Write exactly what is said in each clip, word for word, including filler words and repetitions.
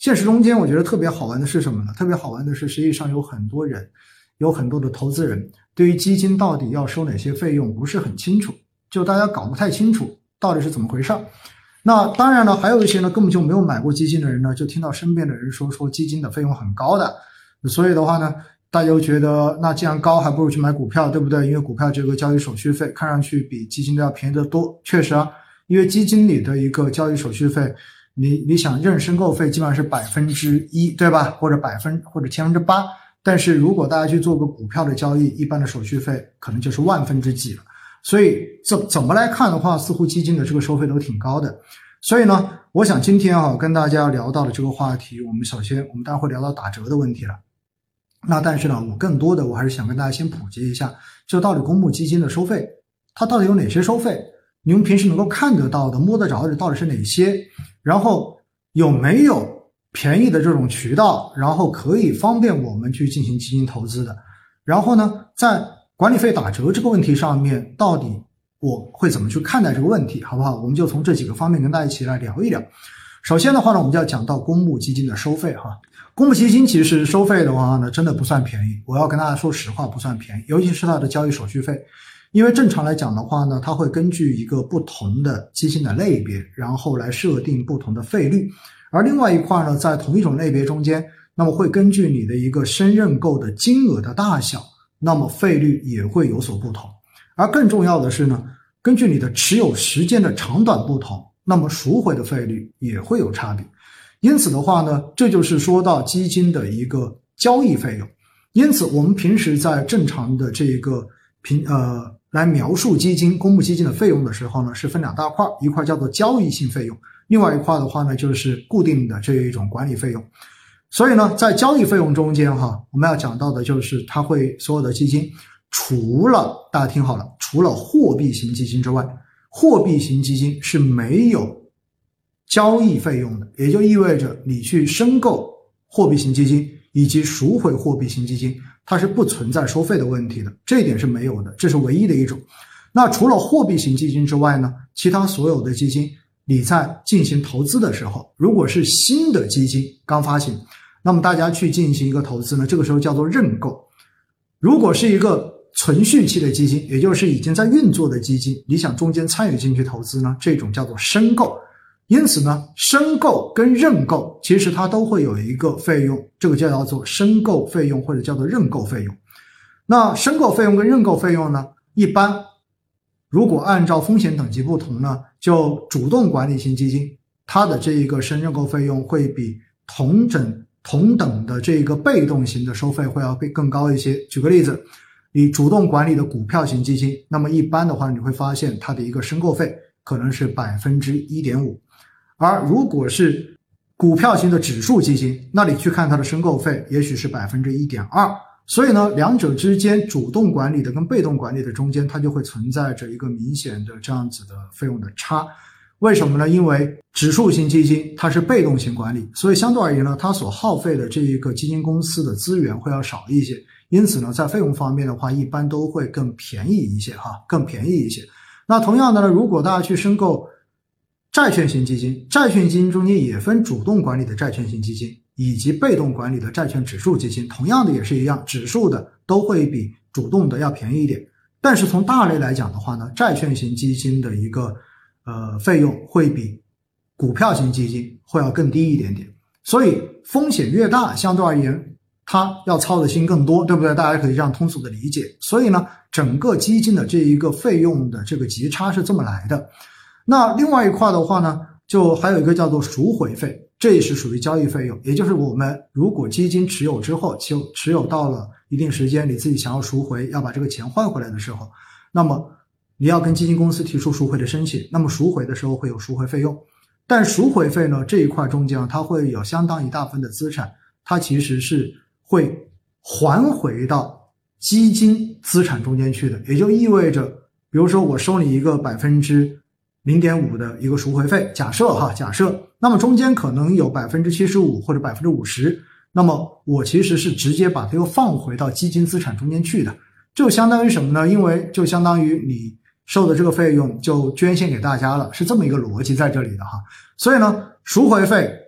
现实中间我觉得特别好玩的是什么呢？特别好玩的是，实际上有很多人，有很多的投资人对于基金到底要收哪些费用不是很清楚，就大家搞不太清楚到底是怎么回事。那当然了，还有一些呢根本就没有买过基金的人呢，就听到身边的人说说基金的费用很高的，所以的话呢，大家又觉得那既然高，还不如去买股票，对不对？因为股票这个交易手续费看上去比基金都要便宜得多。确实啊，因为基金里的一个交易手续费，你你想认申购费基本上是百分之一，对吧？或者百分或者千分之八。但是如果大家去做个股票的交易，一般的手续费可能就是万分之几了。所以怎怎么来看的话，似乎基金的这个收费都挺高的。所以呢，我想今天啊跟大家聊到的这个话题，我们首先我们当然会聊到打折的问题了。那但是呢，我更多的我还是想跟大家先普及一下，就到底公募基金的收费，它到底有哪些收费？你们平时能够看得到的、摸得着的到底是哪些？然后有没有便宜的这种渠道，然后可以方便我们去进行基金投资的？然后呢，在管理费打折这个问题上面，到底我会怎么去看待这个问题，好不好？我们就从这几个方面跟大家一起来聊一聊。首先的话呢，我们就要讲到公募基金的收费哈。公募基金其实收费的话呢，真的不算便宜。我要跟大家说实话，不算便宜，尤其是它的交易手续费。因为正常来讲的话呢，它会根据一个不同的基金的类别，然后来设定不同的费率。而另外一块呢，在同一种类别中间，那么会根据你的一个申认购的金额的大小，那么费率也会有所不同。而更重要的是呢，根据你的持有时间的长短不同，那么赎回的费率也会有差别。因此的话呢，这就是说到基金的一个交易费用。因此我们平时在正常的这个平呃来描述基金公募基金的费用的时候呢，是分两大块，一块叫做交易性费用，另外一块的话呢就是固定的这一种管理费用。所以呢，在交易费用中间哈，我们要讲到的就是它会所有的基金，除了大家听好了，除了货币型基金之外，货币型基金是没有交易费用的，也就意味着你去申购货币型基金以及赎回货币型基金，它是不存在收费的问题的，这一点是没有的，这是唯一的一种。那除了货币型基金之外呢，其他所有的基金你在进行投资的时候，如果是新的基金刚发行，那么大家去进行一个投资呢，这个时候叫做认购。如果是一个存续期的基金，也就是已经在运作的基金，你想中间参与进去投资呢，这种叫做申购。因此呢，申购跟认购其实它都会有一个费用，这个就叫做申购费用或者叫做认购费用。那申购费用跟认购费用呢，一般如果按照风险等级不同呢，就主动管理型基金，它的这一个申认购费用会比同等同等的这个被动型的收费会要更高一些。举个例子，你主动管理的股票型基金，那么一般的话你会发现它的一个申购费可能是 百分之一点五， 而如果是股票型的指数基金，那你去看它的申购费也许是 百分之一点二。 所以呢，两者之间主动管理的跟被动管理的中间，它就会存在着一个明显的这样子的费用的差。为什么呢？因为指数型基金它是被动型管理，所以相对而言呢，它所耗费的这一个基金公司的资源会要少一些，因此呢，在费用方面的话，一般都会更便宜一些哈，更便宜一些。那同样的呢，如果大家去申购债券型基金，债券基金中间也分主动管理的债券型基金以及被动管理的债券指数基金，同样的也是一样，指数的都会比主动的要便宜一点。但是从大类来讲的话呢，债券型基金的一个呃费用会比股票型基金会要更低一点点，所以风险越大，相对而言它要操的心更多，对不对？大家可以这样通俗的理解。所以呢，整个基金的这一个费用的这个级差是这么来的。那另外一块的话呢，就还有一个叫做赎回费，这也是属于交易费用，也就是我们如果基金持有之后，持有持有到了一定时间，你自己想要赎回，要把这个钱换回来的时候，那么你要跟基金公司提出赎回的申请，那么赎回的时候会有赎回费用。但赎回费呢，这一块中间它会有相当一大部分的资产，它其实是会还回到基金资产中间去的，也就意味着比如说我收你一个 百分之零点五 的一个赎回费，假设哈，假设，那么中间可能有 百分之七十五 或者 百分之五十， 那么我其实是直接把它又放回到基金资产中间去的。就相当于什么呢？因为就相当于你收的这个费用就捐献给大家了，是这么一个逻辑在这里的哈。所以呢，赎回费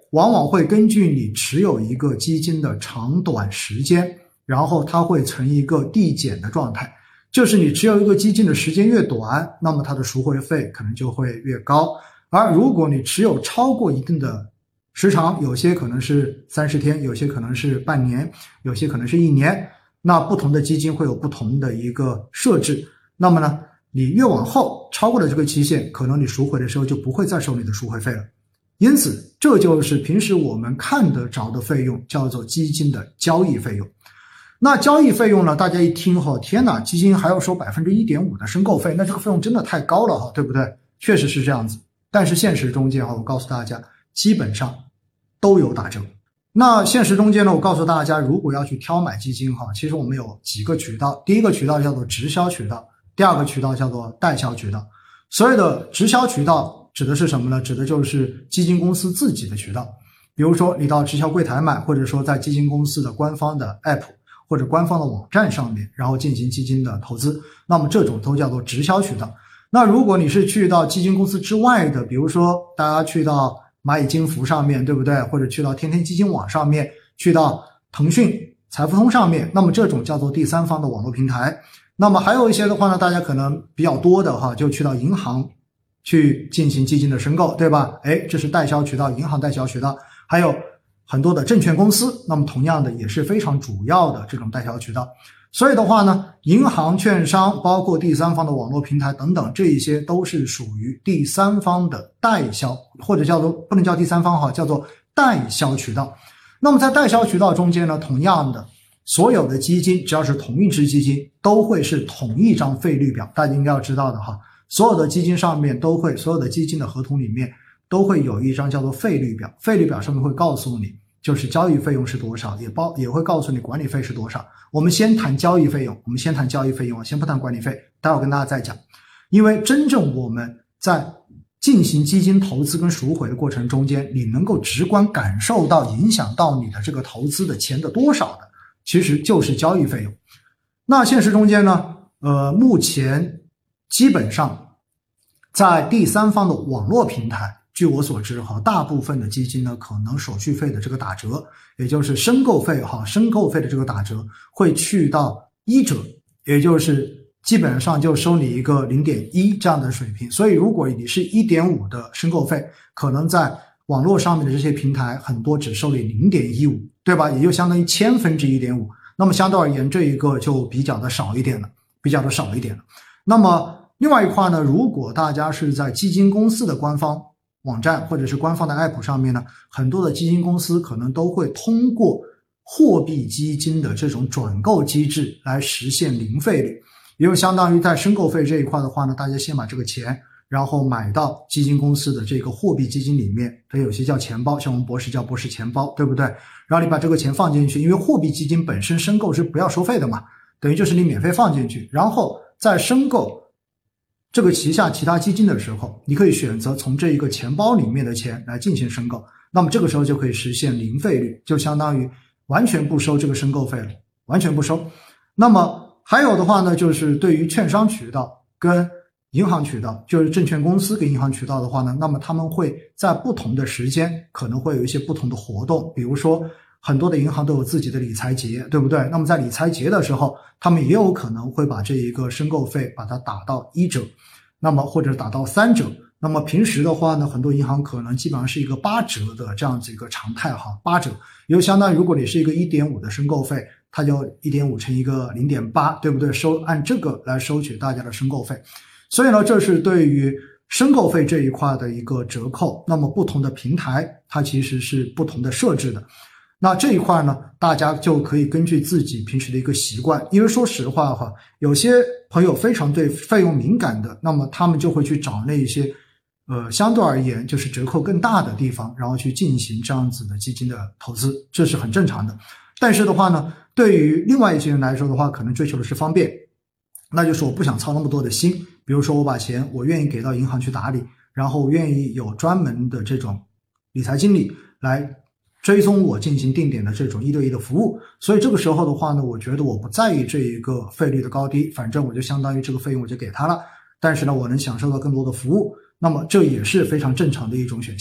往往会根据你持有一个基金的长短时间，然后它会呈一个递减的状态，就是你持有一个基金的时间越短，那么它的赎回费可能就会越高，而如果你持有超过一定的时长，有些可能是三十天，有些可能是半年，有些可能是一年，那不同的基金会有不同的一个设置，那么呢你越往后超过了这个期限，可能你赎回的时候就不会再收你的赎回费了。因此这就是平时我们看得着的费用，叫做基金的交易费用。那交易费用呢，大家一听哈，天哪，基金还要收 百分之一点五 的申购费，那这个费用真的太高了哈，对不对？确实是这样子，但是现实中间哈，我告诉大家基本上都有打折。那现实中间呢，我告诉大家，如果要去挑买基金哈，其实我们有几个渠道，第一个渠道叫做直销渠道，第二个渠道叫做代销渠道。所谓的直销渠道指的是什么呢？指的就是基金公司自己的渠道，比如说你到直销柜台买，或者说在基金公司的官方的 app 或者官方的网站上面，然后进行基金的投资，那么这种都叫做直销渠道。那如果你是去到基金公司之外的，比如说大家去到蚂蚁金服上面，对不对？或者去到天天基金网上面，去到腾讯财付通上面，那么这种叫做第三方的网络平台。那么还有一些的话呢，大家可能比较多的哈，就去到银行去进行基金的申购，对吧？哎，这是代销渠道，银行代销渠道。还有很多的证券公司，那么同样的也是非常主要的这种代销渠道。所以的话呢，银行、券商，包括第三方的网络平台等等，这一些都是属于第三方的代销，或者叫做不能叫第三方哈，叫做代销渠道。那么在代销渠道中间呢，同样的所有的基金，只要是同一支基金，都会是同一张费率表，大家应该要知道的哈。所有的基金上面都会，所有的基金的合同里面都会有一张叫做费率表，费率表上面会告诉你，就是交易费用是多少，也包也会告诉你管理费是多少。我们先谈交易费用，我们先谈交易费用，先不谈管理费，待会儿跟大家再讲。因为真正我们在进行基金投资跟赎回的过程中间，你能够直观感受到影响到你的这个投资的钱的多少的，其实就是交易费用。那现实中间呢，呃，目前基本上在第三方的网络平台，据我所知哈，大部分的基金呢，可能手续费的这个打折，也就是申购费哈，申购费的这个打折会去到一折，也就是基本上就收你一个 零点一 这样的水平。所以如果你是 一点五 的申购费，可能在网络上面的这些平台很多只收你 零点一五， 对吧？也就相当于千分之 一点五。那么相对而言，这一个就比较的少一点了，比较的少一点了。那么另外一块呢，如果大家是在基金公司的官方网站或者是官方的 app 上面呢，很多的基金公司可能都会通过货币基金的这种转购机制来实现零费率，也就相当于在申购费这一块的话呢，大家先把这个钱然后买到基金公司的这个货币基金里面，它有些叫钱包，像我们博士叫博士钱包，对不对？然后你把这个钱放进去，因为货币基金本身申购是不要收费的嘛，等于就是你免费放进去，然后在申购这个旗下其他基金的时候，你可以选择从这一个钱包里面的钱来进行申购，那么这个时候就可以实现零费率，就相当于完全不收这个申购费了，完全不收。那么还有的话呢，就是对于券商渠道跟银行渠道，就是证券公司跟银行渠道的话呢，那么他们会在不同的时间可能会有一些不同的活动，比如说很多的银行都有自己的理财节，对不对？那么在理财节的时候，他们也有可能会把这一个申购费把它打到一折，那么或者打到三折。那么平时的话呢，很多银行可能基本上是一个八折的这样子一个常态哈，八折也就相当于如果你是一个 一点五 的申购费，它就 一点五 乘一个 零点八， 对不对？收按这个来收取大家的申购费。所以呢，这是对于申购费这一块的一个折扣。那么不同的平台它其实是不同的设置的。那这一块呢，大家就可以根据自己平时的一个习惯，因为说实话哈，有些朋友非常对费用敏感的，那么他们就会去找那一些呃相对而言就是折扣更大的地方，然后去进行这样子的基金的投资，这是很正常的。但是的话呢，对于另外一些人来说的话，可能追求的是方便，那就是我不想操那么多的心，比如说我把钱我愿意给到银行去打理，然后我愿意有专门的这种理财经理来追踪我进行定点的这种一对一的服务。所以这个时候的话呢，我觉得我不在意这一个费率的高低，反正我就相当于这个费用我就给他了，但是呢我能享受到更多的服务，那么这也是非常正常的一种选项。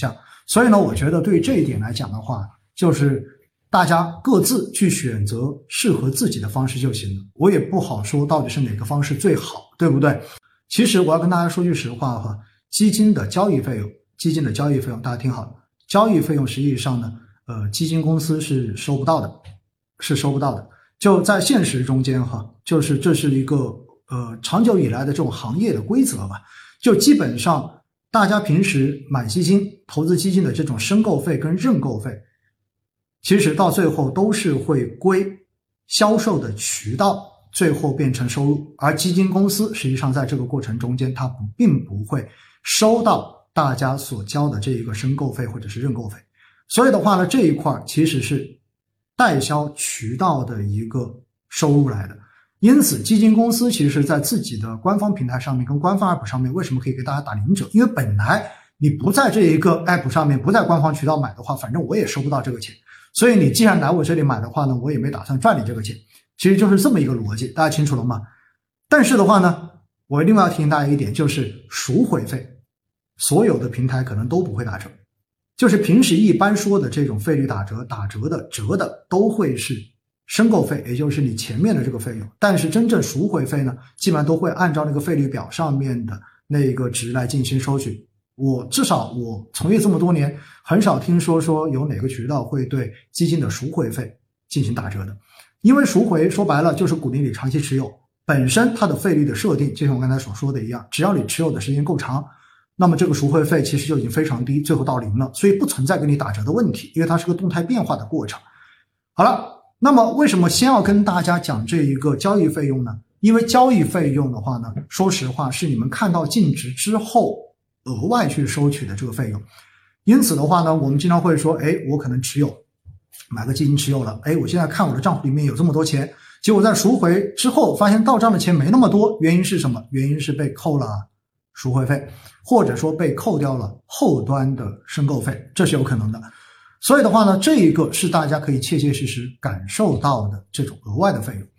所以呢，我觉得对于这一点来讲的话，就是大家各自去选择适合自己的方式就行了。我也不好说到底是哪个方式最好，对不对？其实我要跟大家说句实话哈，基金的交易费用，基金的交易费用，大家听好了，交易费用实际上呢，呃，基金公司是收不到的，是收不到的。就在现实中间哈，就是这是一个呃长久以来的这种行业的规则吧。就基本上大家平时买基金、投资基金的这种申购费跟认购费，其实到最后都是会归销售的渠道，最后变成收入，而基金公司实际上在这个过程中间，它不并不会收到大家所交的这一个申购费或者是认购费。所以的话呢，这一块其实是代销渠道的一个收入来的。因此基金公司其实在自己的官方平台上面跟官方 app 上面为什么可以给大家打零折，因为本来你不在这一个 app 上面，不在官方渠道买的话，反正我也收不到这个钱，所以你既然来我这里买的话呢，我也没打算赚你这个钱，其实就是这么一个逻辑，大家清楚了吗？但是的话呢，我另外要提醒大家一点，就是赎回费所有的平台可能都不会打折，就是平时一般说的这种费率打折，打折的折的都会是申购费，也就是你前面的这个费用，但是真正赎回费呢，基本上都会按照那个费率表上面的那个值来进行收取。我至少我从业这么多年，很少听说说有哪个渠道会对基金的赎回费进行打折的，因为赎回说白了就是鼓励你长期持有，本身它的费率的设定就像我刚才所说的一样，只要你持有的时间够长，那么这个赎回费其实就已经非常低，最后到零了，所以不存在给你打折的问题，因为它是个动态变化的过程。好了，那么为什么先要跟大家讲这一个交易费用呢？因为交易费用的话呢，说实话是你们看到净值之后额外去收取的这个费用。因此的话呢，我们经常会说，诶，我可能持有买个基金持有了，诶，我现在看我的账户里面有这么多钱，结果在赎回之后发现到账的钱没那么多，原因是什么？原因是被扣了赎回费，或者说被扣掉了后端的申购费，这是有可能的。所以的话呢，这一个是大家可以切切实实感受到的这种额外的费用。